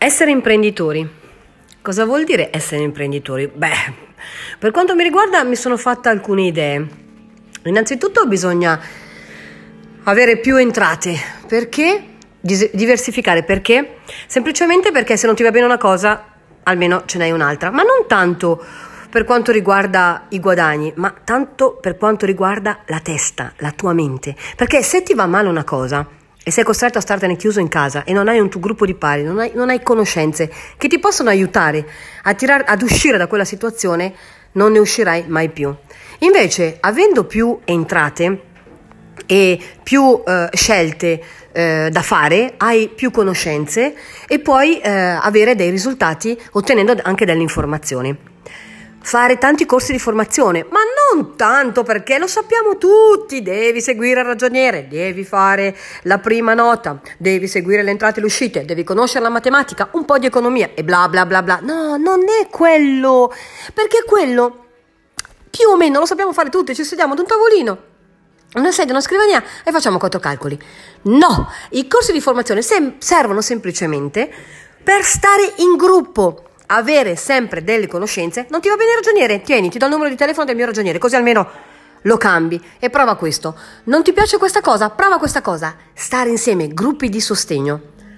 Essere imprenditori. Cosa vuol dire essere imprenditori? Per quanto mi riguarda mi sono fatta alcune idee. Innanzitutto bisogna avere più entrate. Perché? Diversificare. Perché? Semplicemente perché se non ti va bene una cosa, almeno ce n'hai un'altra. Ma non tanto per quanto riguarda i guadagni, ma tanto per quanto riguarda la testa, la tua mente. Perché se ti va male una cosa e sei costretto a startene chiuso in casa e non hai un tuo gruppo di pari, non hai conoscenze che ti possono aiutare ad uscire da quella situazione, non ne uscirai mai più. Invece, avendo più entrate e più scelte da fare, hai più conoscenze e puoi avere dei risultati ottenendo anche delle informazioni. Fare tanti corsi di formazione, ma non tanto, perché lo sappiamo tutti: devi seguire il ragioniere, devi fare la prima nota, devi seguire le entrate e le uscite, devi conoscere la matematica, un po' di economia e bla bla bla bla. No, non è quello, perché quello più o meno lo sappiamo fare tutti. Ci sediamo ad un tavolino, una sedia, una scrivania e facciamo 4 calcoli. No, i corsi di formazione servono semplicemente per stare in gruppo, avere sempre delle conoscenze. Non ti va bene il ragioniere? Tieni, ti do il numero di telefono del mio ragioniere, così almeno lo cambi e prova questo. Non ti piace questa cosa? Prova questa cosa. Stare insieme, gruppi di sostegno.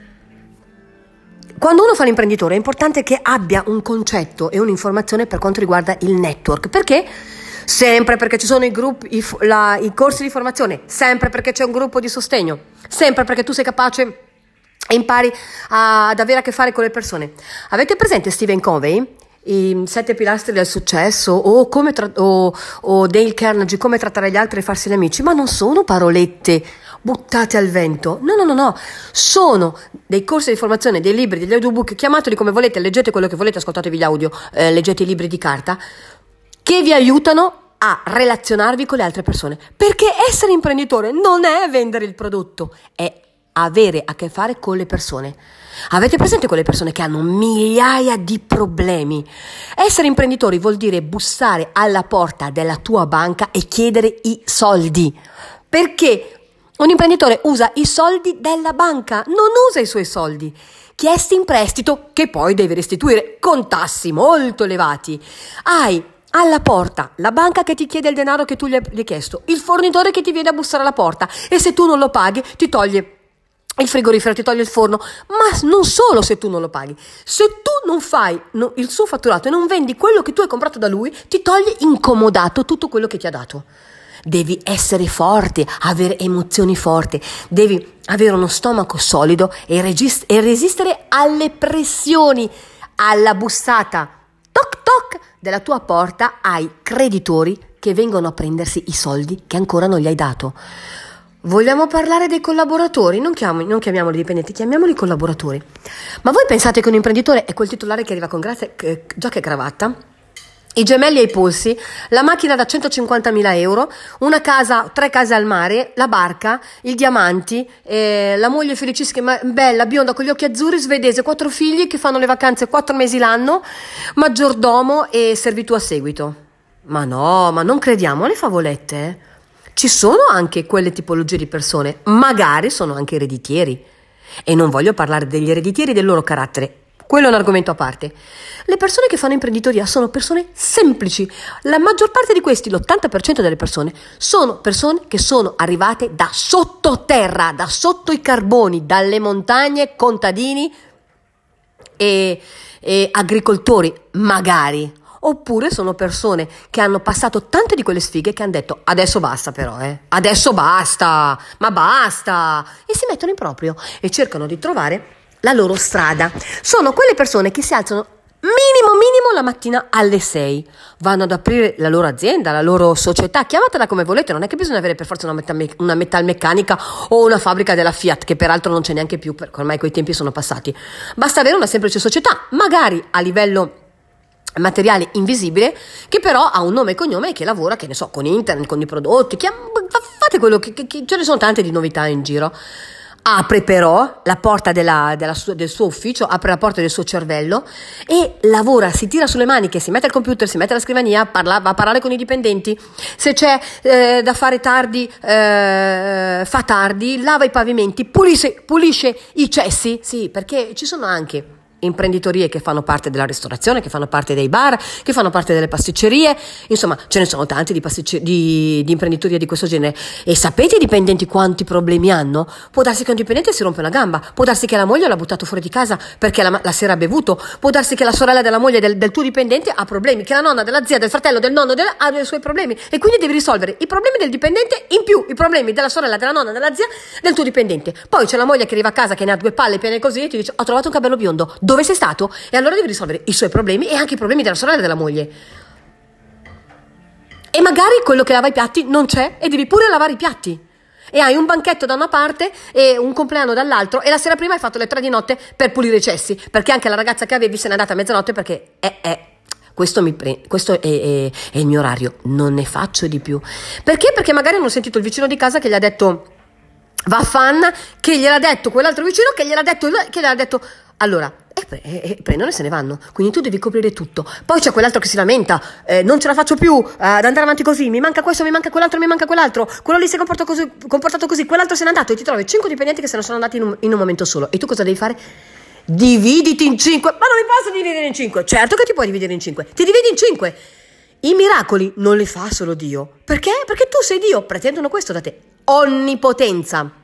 Quando uno fa l'imprenditore è importante che abbia un concetto e un'informazione per quanto riguarda il network. Perché? Sempre perché ci sono i gruppi, i corsi di formazione, sempre perché c'è un gruppo di sostegno, sempre perché tu sei capace e impari ad avere a che fare con le persone. Avete presente Stephen Covey? I 7 pilastri del successo o Dale Carnegie, come trattare gli altri e farsi gli amici? Ma non sono parolette buttate al vento. No. Sono dei corsi di formazione, dei libri, degli audiobook, chiamateli come volete, leggete quello che volete, ascoltatevi gli audio, leggete i libri di carta, che vi aiutano a relazionarvi con le altre persone. Perché essere imprenditore non è vendere il prodotto, è avere a che fare con le persone. Avete presente quelle persone che hanno migliaia di problemi? Essere imprenditori vuol dire bussare alla porta della tua banca e chiedere i soldi. Perché un imprenditore usa i soldi della banca, non usa i suoi soldi chiesti in prestito, che poi devi restituire con tassi molto elevati. Hai alla porta la banca che ti chiede il denaro che tu gli hai chiesto, il fornitore che ti viene a bussare alla porta e se tu non lo paghi ti toglie il frigorifero, ti toglie il forno. Ma non solo, se tu non lo paghi, se tu non fai il suo fatturato e non vendi quello che tu hai comprato da lui, ti toglie incomodato tutto quello che ti ha dato. Devi essere forte, avere emozioni forti, devi avere uno stomaco solido e resistere alle pressioni, alla bussata toc toc della tua porta ai creditori che vengono a prendersi i soldi che ancora non gli hai dato. Vogliamo parlare dei collaboratori? Non chiamiamoli dipendenti, chiamiamoli collaboratori. Ma voi pensate che un imprenditore è quel titolare che arriva con giacca e cravatta, i gemelli ai polsi, la macchina da 150.000 euro, una casa, 3 case al mare, la barca, i diamanti, la moglie felicissima, bella, bionda, con gli occhi azzurri, svedese, 4 figli che fanno le vacanze 4 mesi l'anno, maggiordomo e servitù a seguito? Ma no, ma non crediamo alle favolette, eh? Ci sono anche quelle tipologie di persone, magari sono anche ereditieri. E non voglio parlare degli ereditieri e del loro carattere, quello è un argomento a parte. Le persone che fanno imprenditoria sono persone semplici. La maggior parte di questi, l'80% delle persone, sono persone che sono arrivate da sottoterra, da sotto i carboni, dalle montagne, contadini e agricoltori, magari. Oppure sono persone che hanno passato tante di quelle sfighe che hanno detto adesso basta però, adesso basta, ma basta, e si mettono in proprio e cercano di trovare la loro strada. Sono quelle persone che si alzano minimo la mattina alle 6, vanno ad aprire la loro azienda, la loro società, chiamatela come volete, non è che bisogna avere per forza una metalmeccanica o una fabbrica della Fiat, che peraltro non c'è neanche più perché ormai quei tempi sono passati. Basta avere una semplice società, magari a livello materiale invisibile, che però ha un nome e cognome e che lavora, che ne so, con internet, con i prodotti, fate quello che ce ne sono tante di novità in giro. Apre però la porta del suo ufficio, apre la porta del suo cervello e lavora, si tira sulle maniche, si mette al computer, si mette alla scrivania, va a parlare con i dipendenti, se c'è da fare tardi, fa tardi, lava i pavimenti, pulisce i cessi, sì, perché ci sono anche imprenditorie che fanno parte della ristorazione, che fanno parte dei bar, che fanno parte delle pasticcerie, insomma ce ne sono tanti di imprenditorie di questo genere. E sapete i dipendenti quanti problemi hanno? Può darsi che un dipendente si rompe una gamba, può darsi che la moglie l'ha buttato fuori di casa perché la sera ha bevuto, può darsi che la sorella della moglie del tuo dipendente ha problemi, che la nonna, della zia, del fratello, del nonno ha dei suoi problemi, e quindi devi risolvere i problemi del dipendente in più i problemi della sorella, della nonna, della zia, del tuo dipendente. Poi c'è la moglie che arriva a casa che ne ha 2 palle piene così e ti dice: ho trovato un capello biondo, dove sei stato? E allora devi risolvere i suoi problemi e anche i problemi della sorella e della moglie. E magari quello che lava i piatti non c'è e devi pure lavare i piatti. E hai un banchetto da una parte e un compleanno dall'altro, e la sera prima hai fatto le 3 di notte per pulire i cessi, perché anche la ragazza che avevi se n'è andata a mezzanotte perché questo è il mio orario, non ne faccio di più. Perché? Perché magari hanno sentito il vicino di casa che gli ha detto vaffan, che gliel'ha detto quell'altro vicino, che gliel'ha detto allora, prendono e se ne vanno. Quindi tu devi coprire tutto. Poi c'è quell'altro che si lamenta: non ce la faccio più ad andare avanti così, mi manca questo, mi manca quell'altro, quello lì si è comportato così, quell'altro se n'è andato, e ti trovi 5 dipendenti che se ne sono andati in un momento solo. E tu cosa devi fare? Dividiti in 5. Ma non mi posso dividere in 5. Certo che ti puoi dividere in 5. Ti dividi in 5. I miracoli non li fa solo Dio. Perché? Perché tu sei Dio. Pretendono questo da te: onnipotenza.